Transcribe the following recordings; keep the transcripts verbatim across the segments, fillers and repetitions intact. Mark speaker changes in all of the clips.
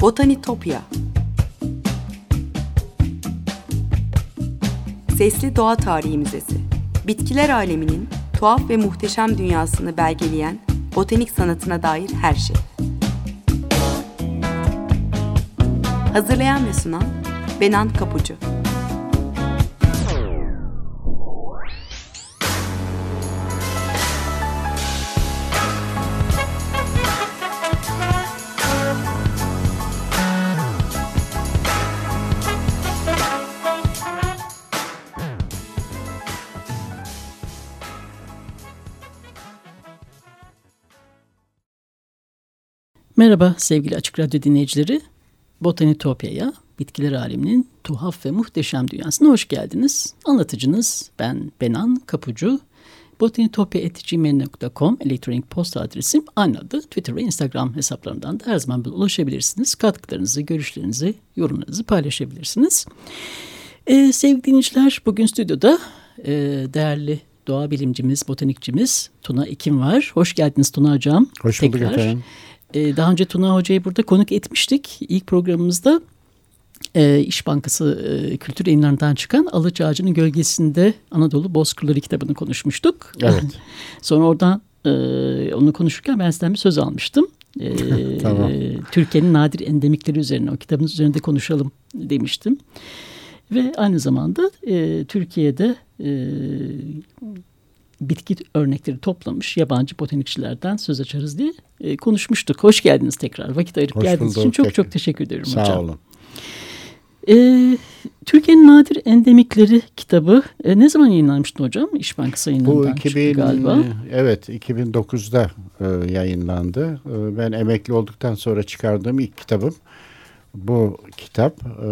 Speaker 1: Botanitopya. Sesli Doğa Tarihi Müzesi. Bitkiler aleminin tuhaf ve muhteşem dünyasını belgeleyen botanik sanatına dair her şey. Hazırlayan ve sunan Benan Kapucu.
Speaker 2: Merhaba sevgili Açık Radyo dinleyicileri. Botanitopya'ya, bitkiler aleminin tuhaf ve muhteşem dünyasına hoş geldiniz. Anlatıcınız ben Benan Kapucu. botanitopya at gmail nokta com elektronik posta adresim, aynı adı Twitter ve Instagram hesaplarından da her zaman ulaşabilirsiniz. Katkılarınızı, görüşlerinizi, yorumlarınızı paylaşabilirsiniz. Ee, sevgili dinleyiciler, bugün stüdyoda e, değerli doğa bilimcimiz, botanikçimiz Tuna Ekim var. Hoş geldiniz Tuna Hocam.
Speaker 3: Hoş bulduk
Speaker 2: tekrar.
Speaker 3: efendim.
Speaker 2: Daha önce Tuna Hoca'yı burada konuk etmiştik. İlk programımızda e, İş Bankası e, Kültür Yayınları'ndan çıkan Alıç Ağacı'nın Gölgesinde Anadolu Bozkırları kitabını konuşmuştuk.
Speaker 3: Evet.
Speaker 2: Sonra oradan e, onu konuşurken ben sizden bir söz almıştım. E,
Speaker 3: tamam.
Speaker 2: Türkiye'nin nadir endemikleri üzerine, o kitabın üzerinde konuşalım demiştim. Ve aynı zamanda e, Türkiye'de e, bitki örnekleri toplamış yabancı botanikçilerden söz açarız diye e, konuşmuştuk. Hoş geldiniz tekrar. Vakit ayırıp
Speaker 3: Hoş
Speaker 2: geldiğiniz
Speaker 3: bulduk.
Speaker 2: için çok çok teşekkür ederim
Speaker 3: Sağ
Speaker 2: hocam.
Speaker 3: Sağ olun.
Speaker 2: E, Türkiye'nin nadir endemikleri kitabı e, ne zaman yayınlanmıştı hocam? İş Bankası yayınlarından
Speaker 3: Bu iki bin,
Speaker 2: çıktı galiba.
Speaker 3: Evet, iki bin dokuzda e, yayınlandı. E, ben emekli olduktan sonra çıkardığım ilk kitabım bu kitap. E,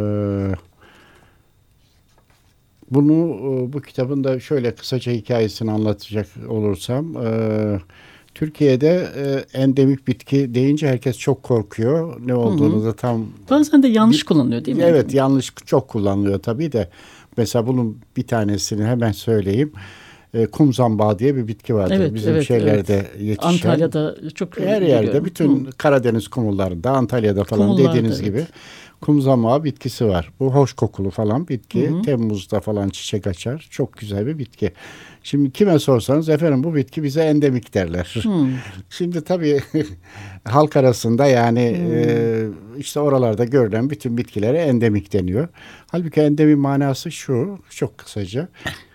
Speaker 3: Bunu bu kitabın da şöyle kısaca hikayesini anlatacak olursam, e, Türkiye'de e, endemik bitki deyince herkes çok korkuyor. Ne olduğunu hı hı. da tam...
Speaker 2: Bazen de yanlış bir, kullanılıyor değil mi?
Speaker 3: Evet, endemik. Yanlış çok kullanılıyor tabii de. Mesela bunun bir tanesini hemen söyleyeyim. E, kum zambağı diye bir bitki vardır.
Speaker 2: Evet,
Speaker 3: bizim
Speaker 2: evet,
Speaker 3: şeylerde
Speaker 2: evet.
Speaker 3: yetişen.
Speaker 2: Antalya'da çok
Speaker 3: her yerde biliyorum. Bütün hı. Karadeniz kumullarında, Antalya'da falan kumullarda, dediğiniz evet. gibi kum zambağı bitkisi var. Bu hoş kokulu falan bitki. Hı hı. Temmuz'da falan çiçek açar. Çok güzel bir bitki. Şimdi kime sorsanız efendim bu bitki bize endemik derler. Hı. Şimdi tabii halk arasında yani e, işte oralarda görülen bütün bitkilere endemik deniyor. Halbuki endemin manası şu, çok kısaca.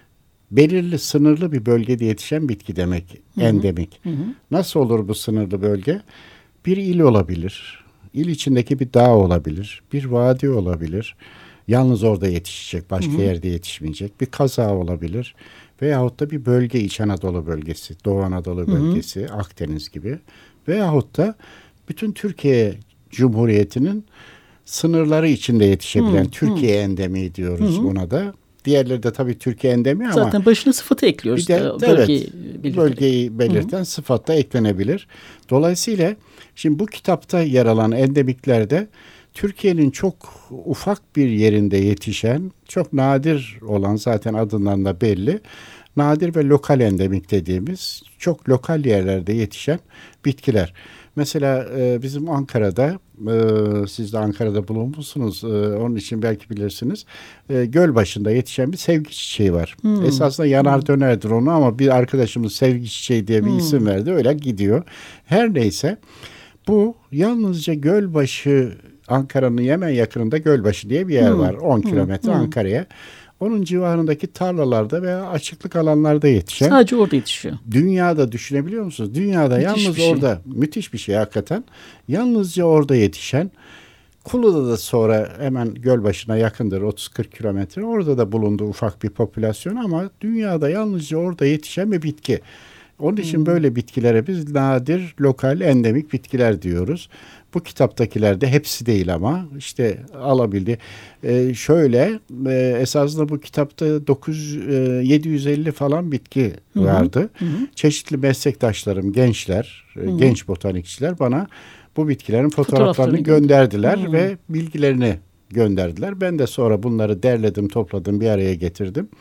Speaker 3: Belirli, sınırlı bir bölgede yetişen bitki demek, hı hı. endemik. Hı hı. Nasıl olur bu sınırlı bölge? Bir il olabilir, il içindeki bir dağ olabilir, bir vadi olabilir. Yalnız orada yetişecek, başka hı hı. yerde yetişmeyecek. Bir kaza olabilir veyahut da bir bölge, İç Anadolu bölgesi, Doğu Anadolu bölgesi, hı hı. Akdeniz gibi. Veyahut da bütün Türkiye Cumhuriyeti'nin sınırları içinde yetişebilen hı. Türkiye hı. endemiği diyoruz hı hı. buna da. Diğerleri de tabii Türkiye endemi ama...
Speaker 2: Zaten başına sıfatı ekliyoruz.
Speaker 3: Bir de,
Speaker 2: da, bölgeyi,
Speaker 3: evet, bölgeyi belirten hı hı. sıfat da eklenebilir. Dolayısıyla şimdi bu kitapta yer alan endemiklerde Türkiye'nin çok ufak bir yerinde yetişen, çok nadir olan, zaten adından da belli, nadir ve lokal endemik dediğimiz çok lokal yerlerde yetişen bitkiler. Mesela e, bizim Ankara'da, e, siz de Ankara'da bulunmuşsunuz, e, onun için belki bilirsiniz, e, Gölbaşı'nda yetişen bir sevgi çiçeği var. Hmm. Esasında yanar dönerdir onu ama bir arkadaşımız sevgi çiçeği diye bir hmm. isim verdi, öyle gidiyor. Her neyse, bu yalnızca Gölbaşı, Ankara'nın hemen yakınında Gölbaşı diye bir yer hmm. var, on kilometre hmm. Ankara'ya. Onun civarındaki tarlalarda veya açıklık alanlarda yetişen.
Speaker 2: Sadece orada yetişiyor.
Speaker 3: Dünyada düşünebiliyor musunuz? Dünyada müthiş yalnız orada, şey. müthiş bir şey hakikaten. Yalnızca orada yetişen, Kulu'da da sonra hemen Gölbaşı'na yakındır, otuz kırk kilometre. Orada da bulundu ufak bir popülasyon ama dünyada yalnızca orada yetişen bir bitki. Onun için hmm. böyle bitkilere biz nadir, lokal, endemik bitkiler diyoruz. Bu kitaptakiler de hepsi değil ama işte alabildi. Ee, şöyle e, esasında bu kitapta dokuz yedi yüz elli falan bitki hı hı. vardı. Hı hı. Çeşitli meslektaşlarım, gençler, hı hı. genç botanikçiler bana bu bitkilerin fotoğraflarını, fotoğraflarını gönderdiler hı hı. ve bilgilerini gönderdiler. Ben de sonra bunları derledim, topladım, bir araya getirdim.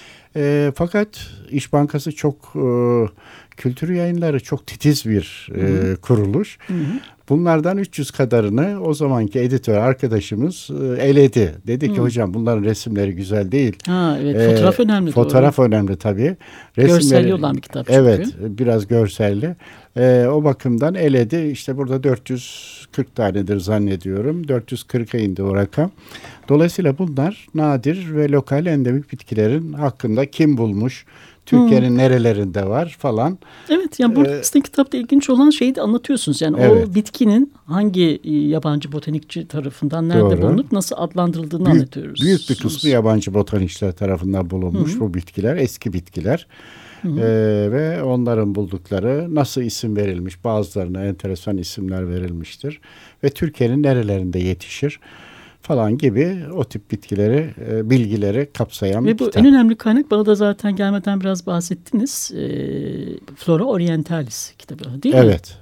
Speaker 3: E, fakat İş Bankası çok e, kültür yayınları çok titiz bir e, kuruluş. Hı hı. Bunlardan üç yüz kadarını o zamanki editör arkadaşımız e, eledi. Dedi ki hmm. hocam bunların resimleri güzel değil.
Speaker 2: Ha, evet, ee, fotoğraf önemli.
Speaker 3: Fotoğraf
Speaker 2: doğru.
Speaker 3: önemli tabii.
Speaker 2: Resimleri, görselli olan bir kitap çünkü.
Speaker 3: Evet, biraz görselli. Ee, o bakımdan eledi. İşte burada dört yüz kırk tanedir zannediyorum. dört yüz kırka indi o rakam. Dolayısıyla bunlar nadir ve lokal endemik bitkilerin hakkında kim bulmuş, Türkiye'nin hmm. nerelerinde var falan.
Speaker 2: Evet, yani burada ee, sizin kitapta ilginç olan şeyi de anlatıyorsunuz. Yani evet. o bitkinin hangi yabancı botanikçi tarafından nerede Doğru. bulunup nasıl adlandırıldığını büyük, anlatıyoruz.
Speaker 3: Büyük bir kısmı yabancı botanikçiler tarafından bulunmuş hmm. bu bitkiler, eski bitkiler. Ee, ve onların buldukları nasıl isim verilmiş, bazılarına enteresan isimler verilmiştir. Ve Türkiye'nin nerelerinde yetişir falan gibi o tip bitkileri, e, bilgileri kapsayan
Speaker 2: ve
Speaker 3: bir kitap.
Speaker 2: Ve bu en önemli kaynak, bana da zaten gelmeden biraz bahsettiniz. E, Flora Orientalis kitabı değil mi?
Speaker 3: Evet.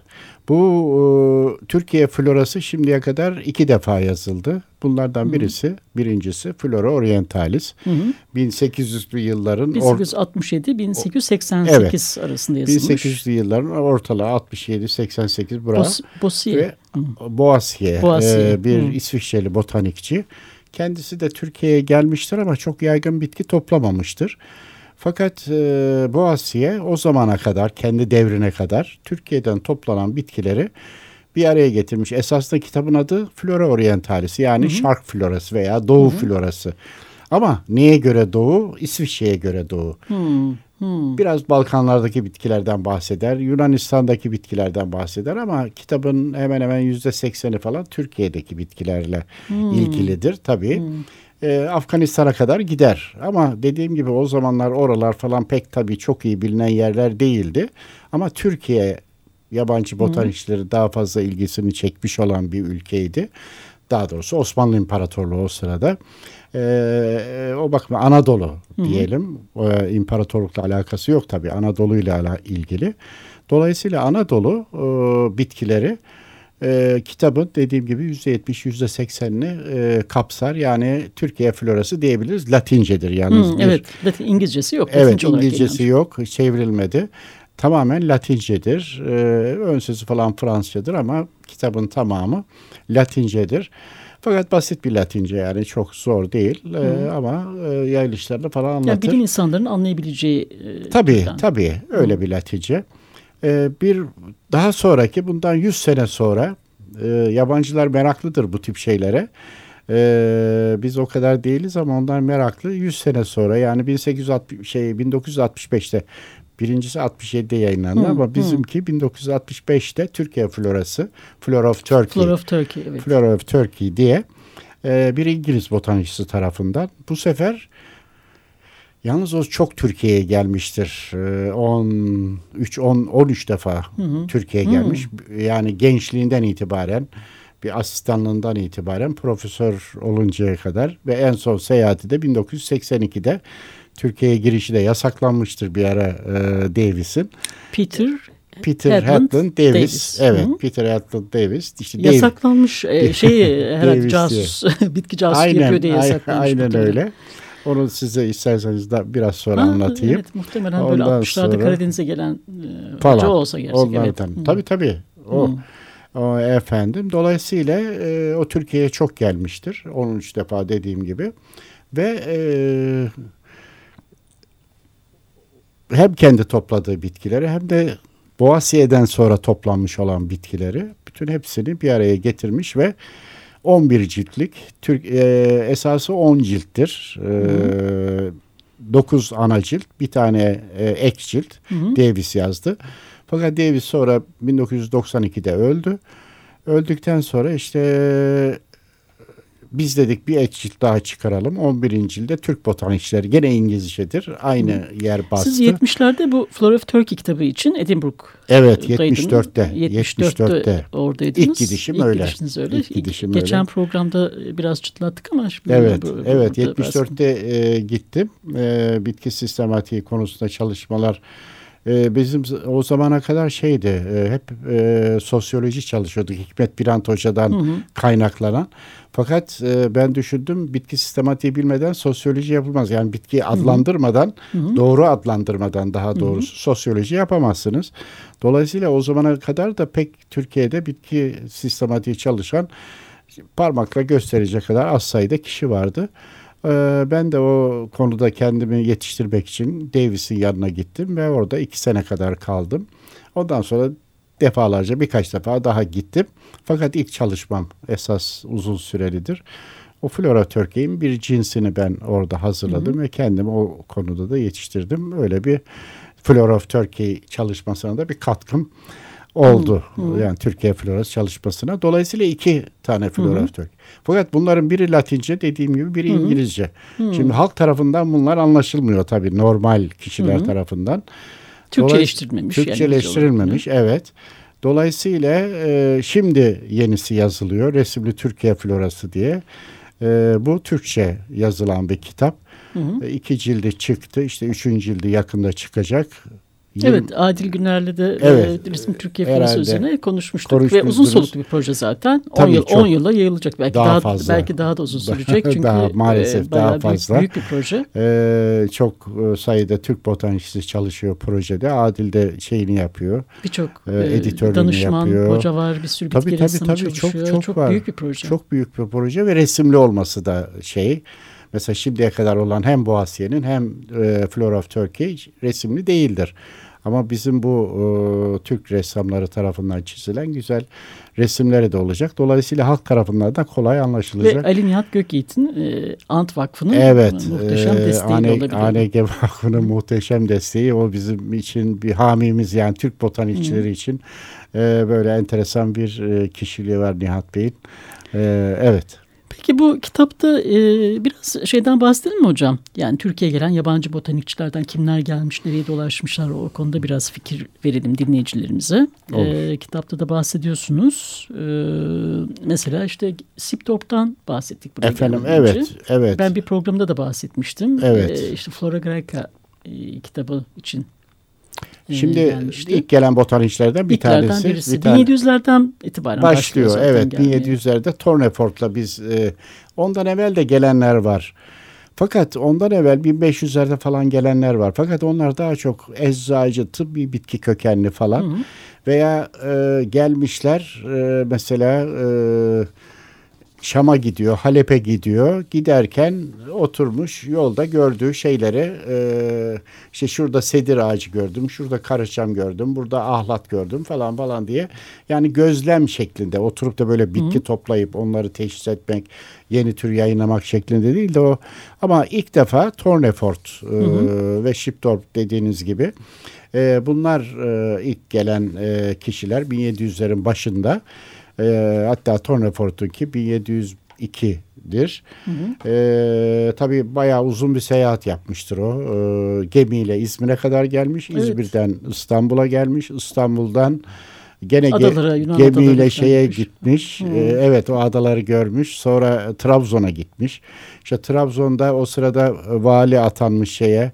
Speaker 3: Bu e, Türkiye florası şimdiye kadar iki defa yazıldı. Bunlardan hı-hı. birisi, birincisi Flora Orientalis. Hı-hı. bin sekiz yüzlü yılların...
Speaker 2: bin sekiz yüz altmış yedi bin sekiz yüz seksen sekiz evet. arasında yazılmış.
Speaker 3: bin sekiz yüzlü yılların ortalığı altmış yedi seksen sekiz Bra.
Speaker 2: Bos, Bossier.
Speaker 3: Boissier, Boissier. E, bir Hı. İsviçreli botanikçi. Kendisi de Türkiye'ye gelmiştir ama çok yaygın bitki toplamamıştır. Fakat e, Boissier o zamana kadar, kendi devrine kadar Türkiye'den toplanan bitkileri bir araya getirmiş. Esasında kitabın adı Flora Orientalis, yani hı hı. Şark florası veya Doğu hı hı. florası. Ama neye göre Doğu? İsviçre'ye göre Doğu. Hı hı. Biraz Balkanlardaki bitkilerden bahseder, Yunanistan'daki bitkilerden bahseder ama kitabın hemen hemen yüzde sekseni falan Türkiye'deki bitkilerle hı. ilgilidir tabii. Hı. Ee, Afganistan'a kadar gider. Ama dediğim gibi o zamanlar oralar falan pek tabii çok iyi bilinen yerler değildi. Ama Türkiye yabancı botanikçileri daha fazla ilgisini çekmiş olan bir ülkeydi. Daha doğrusu Osmanlı İmparatorluğu o sırada. Ee, o bakma Anadolu diyelim. Ee, imparatorlukla alakası yok tabii. Anadolu ile ilgili. Dolayısıyla Anadolu e, bitkileri e, kitabın dediğim gibi yüzde yetmiş yüzde seksenini e, kapsar. Yani Türkiye florası diyebiliriz. Latincedir yalnız.
Speaker 2: Hmm, evet. Latin, İngilizcesi yok.
Speaker 3: Evet, İngilizcesi yok. Çevrilmedi. Tamamen Latincedir. Ee, ön sözü falan Fransızcadır ama kitabın tamamı Latincedir. Fakat basit bir Latince, yani çok zor değil ee, ama e, yayılışlarını falan anlatır.
Speaker 2: Yani bilim insanlarının anlayabileceği. E,
Speaker 3: tabii türden. tabii öyle Hı. bir Latince. Ee, bir daha sonraki bundan yüz sene sonra e, yabancılar meraklıdır bu tip şeylere. Ee, biz o kadar değiliz ama onlar meraklı. yüz sene sonra, yani bin sekiz yüz altmış şey bin dokuz yüz altmış beşte birincisi altmış yedide yayınlandı hı, ama bizimki hı. bin dokuz yüz altmış beşte Türkiye florası, Flora of Turkey,
Speaker 2: Flora of Turkey, evet.
Speaker 3: Flora of Turkey diye e, bir İngiliz botanikçisi tarafından. Bu sefer yalnız o çok Türkiye'ye gelmiştir. on üç on on üç defa hı hı. Türkiye'ye gelmiş. Hı. Yani gençliğinden itibaren, bir asistanlığından itibaren profesör oluncaya kadar ve en son seyahati de bin dokuz yüz seksen ikide Türkiye'ye girişi de yasaklanmıştır bir ara e, Davis'in.
Speaker 2: Peter
Speaker 3: Peter Hatland Davis. Davis. Evet, Hı-hı. Peter Hatland Davis. İşte
Speaker 2: yasaklanmış e, şeyi herhalde casus, bitki casus yapıyor diye yasaklanmış.
Speaker 3: Aynen muhtemelen. Öyle. Onu size isterseniz de biraz sonra ha, anlatayım.
Speaker 2: Evet, muhtemelen Ondan böyle altmışlarda Karadeniz'e gelen e, hoca olsa gerçek.
Speaker 3: Onlardan. Evet. Tabii tabii. O. Hı. O, efendim. Dolayısıyla e, o Türkiye'ye çok gelmiştir. on üç defa dediğim gibi. Ve e, hem kendi topladığı bitkileri hem de Boissier'den sonra toplanmış olan bitkileri, bütün hepsini bir araya getirmiş ve on bir ciltlik, Türk e, esası on cilttir. E, dokuz ana cilt, bir tane e, ek cilt. Hı hı. Davis yazdı. Fakat Davis sonra bin dokuz yüz doksan ikide öldü. Öldükten sonra işte biz dedik bir ek cilt daha çıkaralım. on birinci cilde Türk botanikçileri, gene İngilizcedir. Aynı Hı. yer bastı.
Speaker 2: Siz yetmişlerde bu Flora of Turkey kitabı için Edinburgh.
Speaker 3: Evet, yetmiş dörtte.
Speaker 2: yetmiş dörtte oradaydınız.
Speaker 3: İlk gidişim İlk öyle.
Speaker 2: öyle.
Speaker 3: İlk gidişim
Speaker 2: İlk, geçen
Speaker 3: öyle.
Speaker 2: programda biraz çıtlattık ama şimdi
Speaker 3: evet,
Speaker 2: bu, bu,
Speaker 3: evet yetmiş dörtte e, gittim. E, bitki sistematiği konusunda çalışmalar e, bizim o zamana kadar şeydi, e, hep e, sosyoloji çalışıyorduk. Hikmet Birant Hoca'dan hı hı. kaynaklanan. Fakat e, ben düşündüm, bitki sistematiği bilmeden sosyoloji yapılmaz. Yani bitkiyi adlandırmadan, hı hı. doğru adlandırmadan daha doğrusu hı hı. sosyoloji yapamazsınız. Dolayısıyla o zamana kadar da pek Türkiye'de bitki sistematiği çalışan, parmakla gösterecek kadar az sayıda kişi vardı. Ee, ben de o konuda kendimi yetiştirmek için Davis'in yanına gittim ve orada iki sene kadar kaldım. Ondan sonra defalarca birkaç defa daha gittim. Fakat ilk çalışmam esas uzun sürelidir. O Flora Turkey'in bir cinsini ben orada hazırladım, hı hı. ve kendimi o konuda da yetiştirdim. Öyle bir Flora of Turkey çalışmasına da bir katkım oldu. Hı hı. Yani Türkiye florası çalışmasına. Dolayısıyla iki tane Flora of Turkey. Fakat bunların biri Latince, dediğim gibi biri hı hı. İngilizce. Hı. Şimdi halk tarafından bunlar anlaşılmıyor tabii, normal kişiler hı hı. tarafından.
Speaker 2: Türkçeleştirilmemiş.
Speaker 3: Türkçeleştirilmemiş, yani evet. Dolayısıyla e, şimdi yenisi yazılıyor. Resimli Türkiye Florası diye. E, bu Türkçe yazılan bir kitap. Hı hı. E, iki cildi çıktı. İşte üçüncü cildi yakında çıkacak.
Speaker 2: yirmi Evet, Adil Güner'le de evet, e, Resim Türkiye Florası üzerine konuşmuştuk ve uzun soluklu bir proje zaten. on yıl on yıla yayılacak, belki daha, daha fazla. belki daha da uzun sürecek çünkü
Speaker 3: daha, maalesef e, daha fazla.
Speaker 2: Büyük, büyük bir proje.
Speaker 3: Ee, çok sayıda Türk botanikçisi çalışıyor projede. Adil de şeyini yapıyor.
Speaker 2: Birçok
Speaker 3: e, editörlüğünü
Speaker 2: danışman,
Speaker 3: yapıyor.
Speaker 2: hoca var, bir sürü bitki ressamı çalışıyor. Çok, çok, çok büyük bir proje.
Speaker 3: Çok büyük bir proje ve resimli olması da şey. Mesela şimdiye kadar olan hem Boğaziyen'in hem e, Flora of Turkey resimli değildir. Ama bizim bu e, Türk ressamları tarafından çizilen güzel resimleri de olacak. Dolayısıyla halk tarafından da kolay anlaşılacak.
Speaker 2: Ve Ali Nihat Gökyiğit'in e, Ant Vakfı'nın
Speaker 3: evet,
Speaker 2: muhteşem
Speaker 3: e,
Speaker 2: desteği
Speaker 3: A N,
Speaker 2: olabilir.
Speaker 3: A N G Vakfı'nın muhteşem desteği. O bizim için bir hamimiz, yani Türk botanikçileri hmm. için e, böyle enteresan bir e, kişiliği var Nihat Bey'in. E, evet.
Speaker 2: Peki bu kitapta e, biraz şeyden bahsedelim mi hocam? Yani Türkiye'ye gelen yabancı botanikçilerden kimler gelmiş, nereye dolaşmışlar, o konuda biraz fikir verelim dinleyicilerimize. E, kitapta da bahsediyorsunuz. E, mesela işte Siptorp'tan bahsettik.
Speaker 3: Efendim evet, önce. evet.
Speaker 2: Ben bir programda da bahsetmiştim.
Speaker 3: Evet.
Speaker 2: E, işte Flora Graeca e, kitabı için.
Speaker 3: Şimdi gelmişti. ilk gelen botanikçilerden bir
Speaker 2: İlklerden
Speaker 3: tanesi.
Speaker 2: Birisi.
Speaker 3: Bir tane,
Speaker 2: bin yedi yüzlerden itibaren
Speaker 3: başlıyor.
Speaker 2: başlıyor.
Speaker 3: Evet,
Speaker 2: gelmeye.
Speaker 3: bin yedi yüzlerde Tournefort'la biz e, ondan evvel de gelenler var. Fakat ondan evvel bin beş yüzlerde falan gelenler var. Fakat onlar daha çok eczacı, tıbbi bitki kökenli falan. Hı hı. Veya e, gelmişler e, mesela e, Şam'a gidiyor, Halep'e gidiyor. Giderken oturmuş yolda gördüğü şeyleri, e, işte şurada sedir ağacı gördüm, şurada karışçam gördüm, burada ahlat gördüm falan falan diye. Yani gözlem şeklinde, oturup da böyle bitki Hı-hı. toplayıp onları teşhis etmek, yeni tür yayınlamak şeklinde değil de o. Ama ilk defa Tournefort e, ve Siptorp dediğiniz gibi e, bunlar e, ilk gelen e, kişiler bin yedi yüzlerin başında. E, hatta Tournefort'unki bin yedi yüz iki'dir. Hı hı. E, tabii bayağı uzun bir seyahat yapmıştır o. E, gemiyle İzmir'e kadar gelmiş. Evet. İzmir'den İstanbul'a gelmiş. İstanbul'dan gene
Speaker 2: Adalara,
Speaker 3: ge- gemiyle şeye gitmiş. gitmiş. E, evet, o adaları görmüş. Sonra Trabzon'a gitmiş. İşte Trabzon'da o sırada vali atanmış şeye.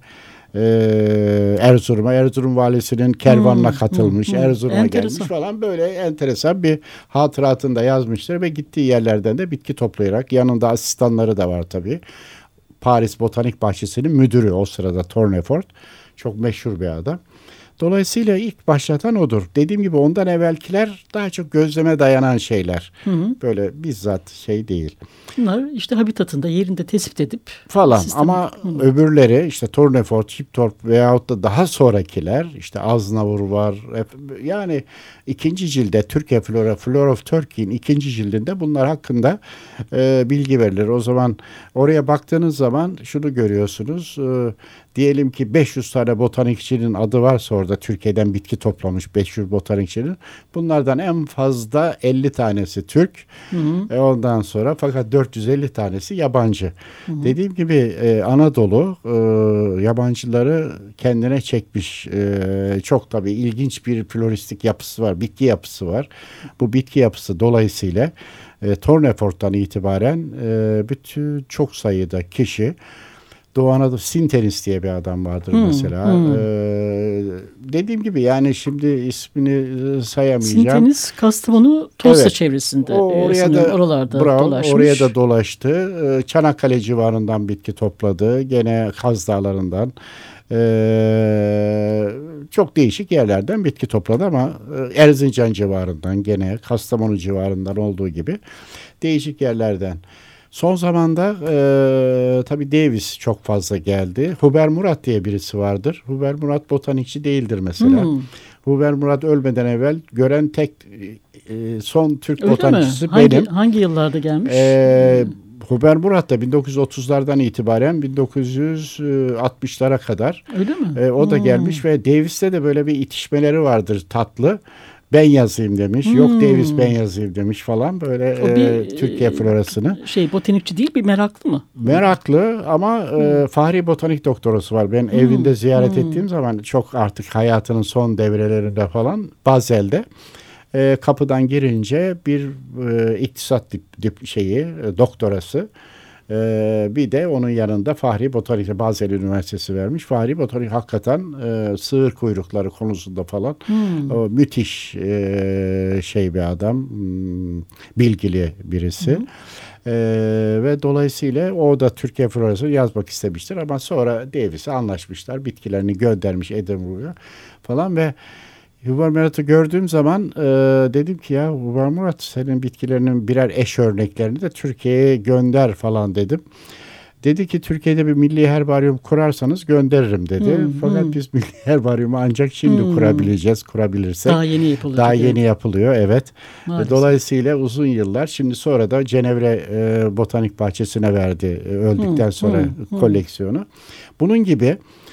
Speaker 3: Ee, Erzurum'a, Erzurum valisinin kervanına katılmış, hmm, hmm. Erzurum'a enteresan. gelmiş falan, böyle enteresan bir hatıratını da yazmıştır ve gittiği yerlerden de bitki toplayarak, yanında asistanları da var tabii. Paris Botanik Bahçesi'nin müdürü o sırada Tournefort, çok meşhur bir adam. Dolayısıyla ilk başlatan odur. Dediğim gibi ondan evvelkiler daha çok gözleme dayanan şeyler. Hı hı. Böyle bizzat şey değil.
Speaker 2: Bunlar işte habitatında, yerinde tespit edip
Speaker 3: falan sistemi... ama hı. öbürleri işte Tournefort, Siptorp veyahut da daha sonrakiler, işte Aznavur var. Yani ikinci cilde Türkiye Flora, Flora of Turkey'in ikinci cildinde bunlar hakkında e, bilgi verilir. O zaman oraya baktığınız zaman şunu görüyorsunuz. E, diyelim ki beş yüz tane botanikçinin adı varsa orada, Türkiye'den bitki toplamış beş yüz botanikçinin. Bunlardan en fazla elli tanesi Türk. Hı hı. E ondan sonra fakat dört yüz elli tanesi yabancı. Hı hı. Dediğim gibi e, Anadolu e, yabancıları kendine çekmiş. E, çok tabii ilginç bir floristik yapısı var, bitki yapısı var. Bu bitki yapısı dolayısıyla e, Tournefort'tan itibaren e, bütün çok sayıda kişi, Doğu Anadolu Sintenis diye bir adam vardır hmm, mesela. Hmm. Ee, dediğim gibi yani şimdi ismini sayamayacağım.
Speaker 2: Sintenis Kastamonu Tosta evet. çevresinde.
Speaker 3: O, oraya da
Speaker 2: oralarda
Speaker 3: bravo,
Speaker 2: dolaşmış.
Speaker 3: Oraya da dolaştı. Çanakkale civarından bitki topladı. Gene Kaz Dağları'ndan. Ee, çok değişik yerlerden bitki topladı ama Erzincan civarından gene Kastamonu civarından olduğu gibi değişik yerlerden. Son zamanda e, tabii Davis çok fazla geldi. Huber Murat diye birisi vardır. Huber Murat botanikçi değildir mesela. Hmm. Huber Murat ölmeden evvel gören tek e, son Türk Öyle botanikçisi mi? benim.
Speaker 2: Hangi, hangi yıllarda gelmiş?
Speaker 3: E, hmm. Huber Murat da bin dokuz yüz otuzlardan itibaren bin dokuz yüz altmışlara kadar.
Speaker 2: Öyle mi?
Speaker 3: E, o da hmm. gelmiş ve Davis'te de böyle bir itişmeleri vardır tatlı. Ben yazayım demiş. Hmm. Yok Davis ben yazayım demiş falan. Böyle bir, e, Türkiye florasını.
Speaker 2: Şey botanikçi değil bir meraklı mı?
Speaker 3: Meraklı ama hmm. e, Fahri Botanik doktorası var. Ben hmm. evinde ziyaret hmm. ettiğim zaman çok artık hayatının son devrelerinde falan Bazel'de e, kapıdan girince bir e, iktisat dip, dip şeyi e, doktorası. Ee, bir de onun yanında Fahri Botanik Basel Üniversitesi vermiş. Fahri Botanik hakikaten e, sığır kuyrukları konusunda falan hmm. o, müthiş e, şey bir adam, hmm, bilgili birisi. Hmm. E, ve dolayısıyla o da Türkiye florasını yazmak istemiştir ama sonra Davis'e anlaşmışlar. Bitkilerini göndermiş Edinburgh'a falan ve Huber Murat'ı gördüğüm zaman e, dedim ki ya Huber Murat senin bitkilerinin birer eş örneklerini de Türkiye'ye gönder falan dedim. Dedi ki Türkiye'de bir milli herbaryum kurarsanız gönderirim dedi. Hmm, Fakat hmm. biz milli herbaryumu ancak şimdi hmm. kurabileceğiz, kurabilirsek.
Speaker 2: Daha yeni yapılıyor.
Speaker 3: Daha yeni yapılıyor evet. Maalesef. Dolayısıyla uzun yıllar şimdi sonra da Cenevre e, Botanik Bahçesi'ne verdi e, öldükten hmm, sonra hmm, koleksiyonu. Hmm. Bunun gibi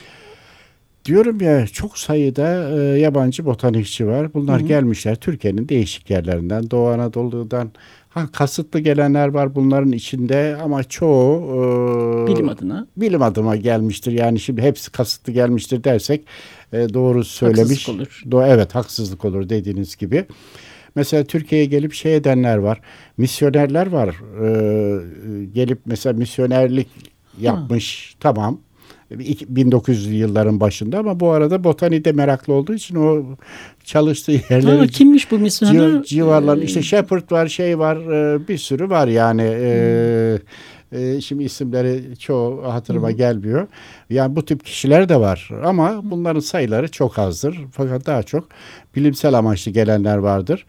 Speaker 3: diyorum ya çok sayıda e, yabancı botanikçi var. Bunlar Hı-hı. gelmişler Türkiye'nin değişik yerlerinden, Doğu Anadolu'dan. Ha, kasıtlı gelenler var bunların içinde ama çoğu e,
Speaker 2: bilim adına
Speaker 3: bilim adına gelmiştir. Yani şimdi hepsi kasıtlı gelmiştir dersek e, doğru söylemiş.
Speaker 2: Haksızlık olur.
Speaker 3: Do- evet haksızlık olur dediğiniz gibi. Mesela Türkiye'ye gelip şey edenler var. Misyonerler var. E, gelip mesela misyonerlik yapmış. Ha. Tamam. bin dokuz yüzlü yılların başında ama bu arada botanide meraklı olduğu için o çalıştığı yerleri
Speaker 2: ha, kimmiş bu misyoner?
Speaker 3: Civarlar işte Shepherd var şey var bir sürü var yani hmm. e, e, şimdi isimleri çoğu hatırıma hmm. gelmiyor. Yani bu tip kişiler de var ama bunların sayıları çok azdır fakat daha çok bilimsel amaçlı gelenler vardır.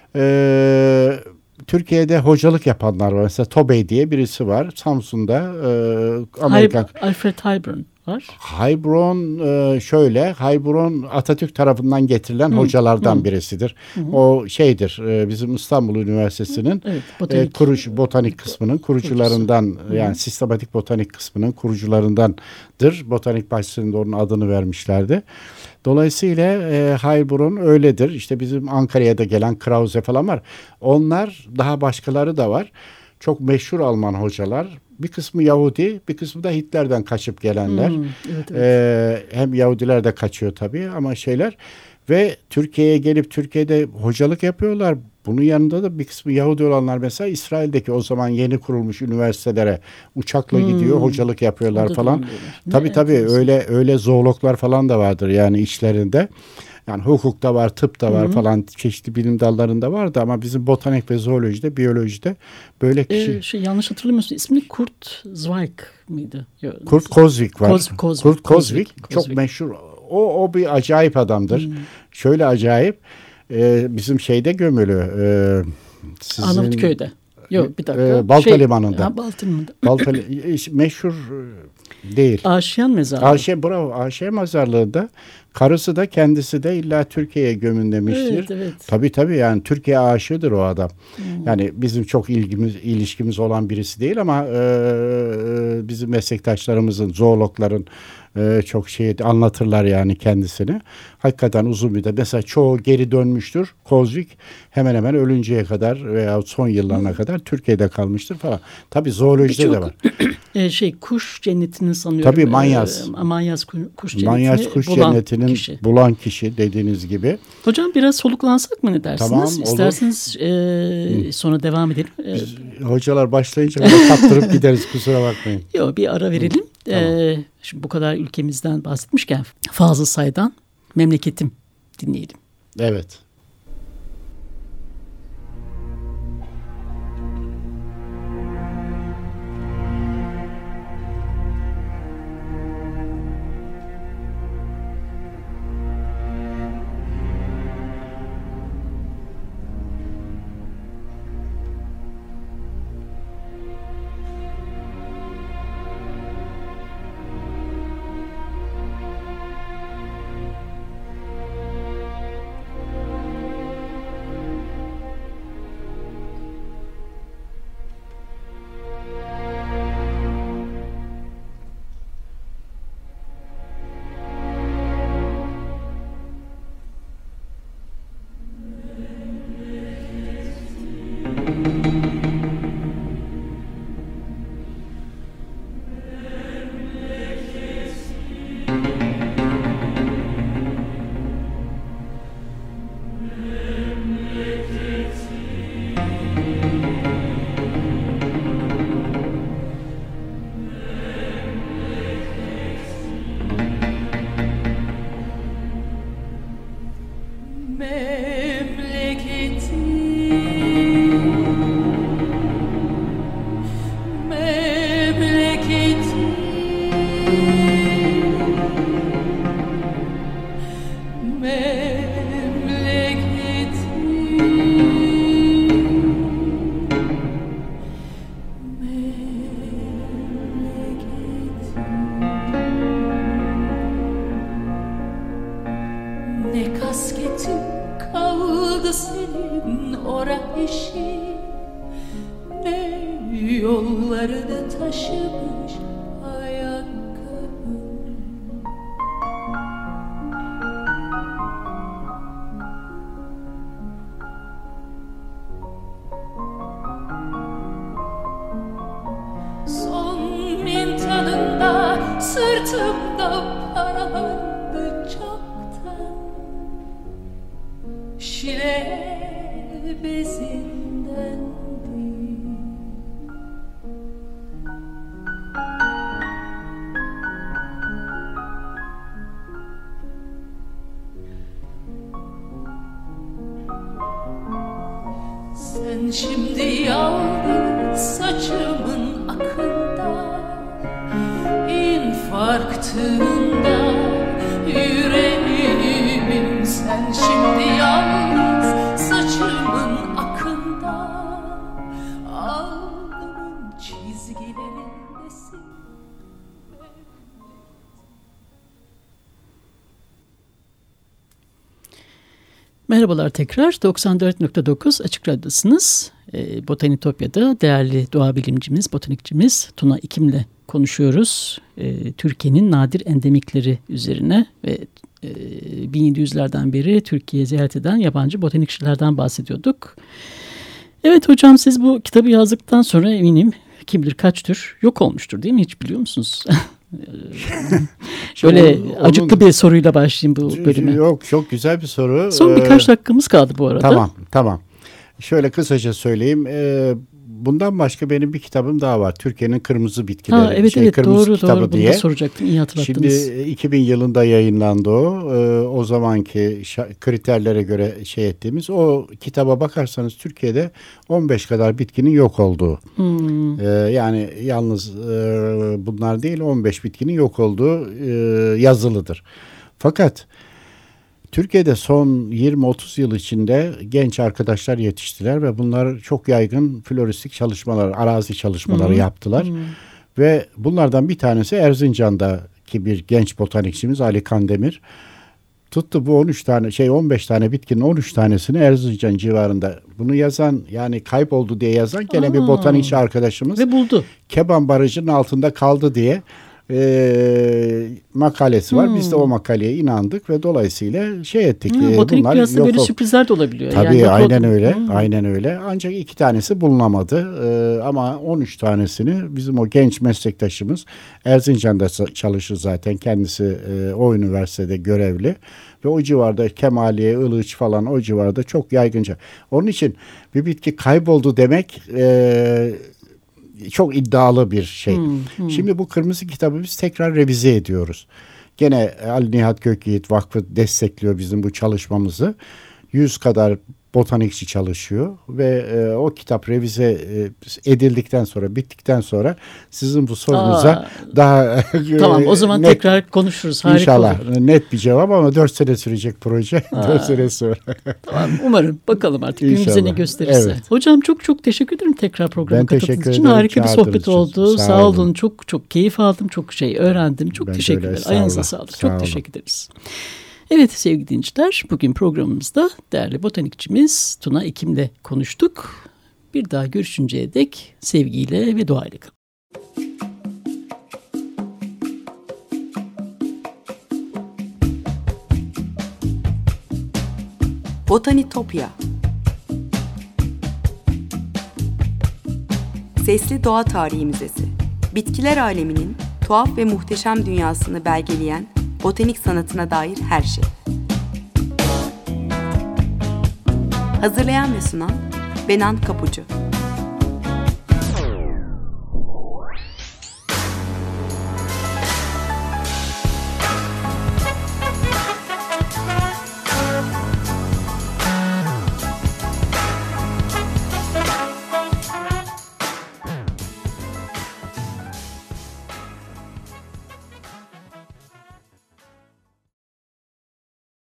Speaker 3: Eee Türkiye'de hocalık yapanlar var. Mesela Tobey diye birisi var. Samsun'da e, Amerikan.
Speaker 2: High, Alfred Heilbronn var.
Speaker 3: Heilbronn e, şöyle. Heilbronn Atatürk tarafından getirilen hmm. hocalardan hmm. birisidir. Hmm. O şeydir. E, bizim İstanbul Üniversitesi'nin evet, botanik. E, kuruş, botanik kısmının kurucularından hmm. yani sistematik botanik kısmının kurucularındandır. Botanik bahçesinde onun adını vermişlerdi. Dolayısıyla e, Heilbronn öyledir. İşte bizim Ankara'ya da gelen Krause falan var. Onlar daha başkaları da var. Çok meşhur Alman hocalar. Bir kısmı Yahudi, bir kısmı da Hitler'den kaçıp gelenler. Hmm, evet, evet. E, hem Yahudiler de kaçıyor tabii ama şeyler. Ve Türkiye'ye gelip Türkiye'de hocalık yapıyorlar. Bunun yanında da bir kısmı Yahudi olanlar mesela İsrail'deki o zaman yeni kurulmuş üniversitelere uçakla hmm. gidiyor, hocalık yapıyorlar falan. Tabii tabii öyle öyle zoologlar falan da vardır yani içlerinde. Yani hukukta var, tıpta var hmm. falan çeşitli bilim dallarında vardı ama bizim botanik ve zoolojide, biyolojide böyle kişi.
Speaker 2: Ee, şey yanlış hatırlamıyorsun ismi Kurt Zweig miydi?
Speaker 3: Yok, Kurt Kozvik var.
Speaker 2: Koz, Koz,
Speaker 3: Kurt Kozvik, Kozvik çok meşhur. O o bir acayip adamdır. Hmm. Şöyle acayip. Ee, bizim şeyde gömülü. E,
Speaker 2: sizin, Arnavutköy'de. Yok bir dakika.
Speaker 3: E, Balta şey, Limanı'nda.
Speaker 2: Ha, Balta Limanı'nda.
Speaker 3: Balta, meşhur değil.
Speaker 2: Aşiyan Mezarlığı.
Speaker 3: Aşiyan, bravo. Aşiyan Mezarlığı'nda karısı da kendisi de illa Türkiye'ye gömün demiştir.
Speaker 2: Evet, evet.
Speaker 3: Tabii tabii yani Türkiye aşığıdır o adam. Hmm. Yani bizim çok ilgimiz, ilişkimiz olan birisi değil ama e, bizim meslektaşlarımızın, zoologların e, çok şey anlatırlar yani kendisini. Hakikaten uzun bir de mesela çoğu geri dönmüştür. Kozvik hemen hemen ölünceye kadar veya son yıllarına hmm. kadar Türkiye'de kalmıştır falan. Tabii zoolojide de var.
Speaker 2: E, şey kuş cenneti cennetinin sanıyorum.
Speaker 3: Tabii manyas.
Speaker 2: E, manyas kuş cennetini
Speaker 3: manyas kuş
Speaker 2: bulan
Speaker 3: cennetinin
Speaker 2: kişi.
Speaker 3: bulan kişi dediğiniz gibi.
Speaker 2: Hocam biraz soluklansak mı ne dersiniz?
Speaker 3: Tamam, olur.
Speaker 2: İsterseniz e, sonra devam edelim.
Speaker 3: Biz, hocalar başlayınca böyle kaptırıp gideriz, kusura bakmayın.
Speaker 2: Yok, bir ara verelim. Tamam. E, şimdi bu kadar ülkemizden bahsetmişken Fazıl Say'dan Memleketim dinleyelim.
Speaker 3: Evet.
Speaker 4: Sen şimdi yalnız saçımın akında, infarktında yüreğimin. Sen şimdi yalnız saçımın akında, alnımın çizgilerindesin.
Speaker 2: Merhabalar tekrar. doksan dört nokta dokuz Açık Radyo'dasınız. E, Botanitopya'da değerli doğa bilimcimiz, botanikçimiz Tuna İkim'le konuşuyoruz. E, Türkiye'nin nadir endemikleri üzerine ve e, bin yedi yüzlerden beri Türkiye'ye ziyaret eden yabancı botanikçilerden bahsediyorduk. Evet hocam, siz bu kitabı yazdıktan sonra eminim kim bilir kaç tür yok olmuştur, değil mi? Hiç biliyor musunuz? Şöyle onun, acıklı bir soruyla başlayayım bu bölüme.
Speaker 3: Yok, çok güzel bir soru.
Speaker 2: Son birkaç dakikamız kaldı bu arada.
Speaker 3: Tamam, tamam. Şöyle kısaca söyleyeyim. Ee, bundan başka benim bir kitabım daha var. Türkiye'nin Kırmızı Bitkileri.
Speaker 2: Ha, evet
Speaker 3: şey,
Speaker 2: evet
Speaker 3: Kırmızı
Speaker 2: doğru
Speaker 3: Kitabı
Speaker 2: doğru.
Speaker 3: diye.
Speaker 2: Bunu da soracaktım. İyi hatırlattınız.
Speaker 3: Şimdi iki bin yılında yayınlandı o. Ee, o zamanki kriterlere göre şey ettiğimiz. O kitaba bakarsanız Türkiye'de on beş kadar bitkinin yok olduğu. Hmm. Ee, yani yalnız e, bunlar değil, on beş bitkinin yok olduğu e, yazılıdır. Fakat Türkiye'de son yirmi otuz yıl içinde genç arkadaşlar yetiştiler ve bunlar çok yaygın floristik çalışmalar, arazi çalışmaları hmm. yaptılar. Hmm. Ve bunlardan bir tanesi Erzincan'daki bir genç botanikçimiz Ali Kandemir. Tuttu bu on üç tane şey on beş tane bitkinin on üç tanesini Erzincan civarında. Bunu yazan, yani kayboldu diye yazan gene Aa. bir botanikçi arkadaşımız.
Speaker 2: Ve buldu.
Speaker 3: Keban Barajı'nın altında kaldı diye e, makalesi var. Hmm. Biz de o makaleye inandık ve dolayısıyla şey ettik.
Speaker 2: Hmm,
Speaker 3: e,
Speaker 2: botanik dünyasında böyle sürprizler de olabiliyor.
Speaker 3: Tabii
Speaker 2: yani
Speaker 3: aynen ol- öyle.
Speaker 2: Hmm.
Speaker 3: Aynen öyle. Ancak iki tanesi bulunamadı. E, ama on üç tanesini bizim o genç meslektaşımız Erzincan'da çalışır zaten. Kendisi e, o üniversitede görevli. Ve o civarda Kemaliye, Ilıç falan o civarda çok yaygınca. Onun için bir bitki kayboldu demek e, çok iddialı bir şey. Hmm, hmm. Şimdi bu kırmızı kitabı biz tekrar revize ediyoruz. Gene Ali Nihat Gökyiğit Vakfı destekliyor bizim bu çalışmamızı. yüz kadar botanikçi çalışıyor ve e, o kitap revize e, edildikten sonra, bittikten sonra sizin bu sorunuza Aa, daha
Speaker 2: tamam o zaman net, tekrar konuşuruz. Harika
Speaker 3: İnşallah
Speaker 2: olur.
Speaker 3: Net bir cevap ama dört sene sürecek proje. dört sene sonra.
Speaker 2: Tamam, umarım. Bakalım artık gün bize ne gösterirse. Evet. Hocam çok çok teşekkür ederim tekrar programa katıldığınız için. Harika bir sohbet oldu. Sağ, Sağ olun. olun. Çok çok keyif aldım. Çok şey öğrendim. Çok ben teşekkürler. Ayağınıza sağlık. Sağ çok olun. Teşekkür ederiz. Evet sevgili dinleyiciler, bugün programımızda değerli botanikçimiz Tuna Ekim'le konuştuk. Bir daha görüşünceye dek sevgiyle ve duayla kalın.
Speaker 1: Botanitopya. Sesli Doğa Tarihi Müzesi. Bitkiler aleminin tuhaf ve muhteşem dünyasını belgeleyen botanik sanatına dair her şey. Hazırlayan ve sunan Benan Kapucu.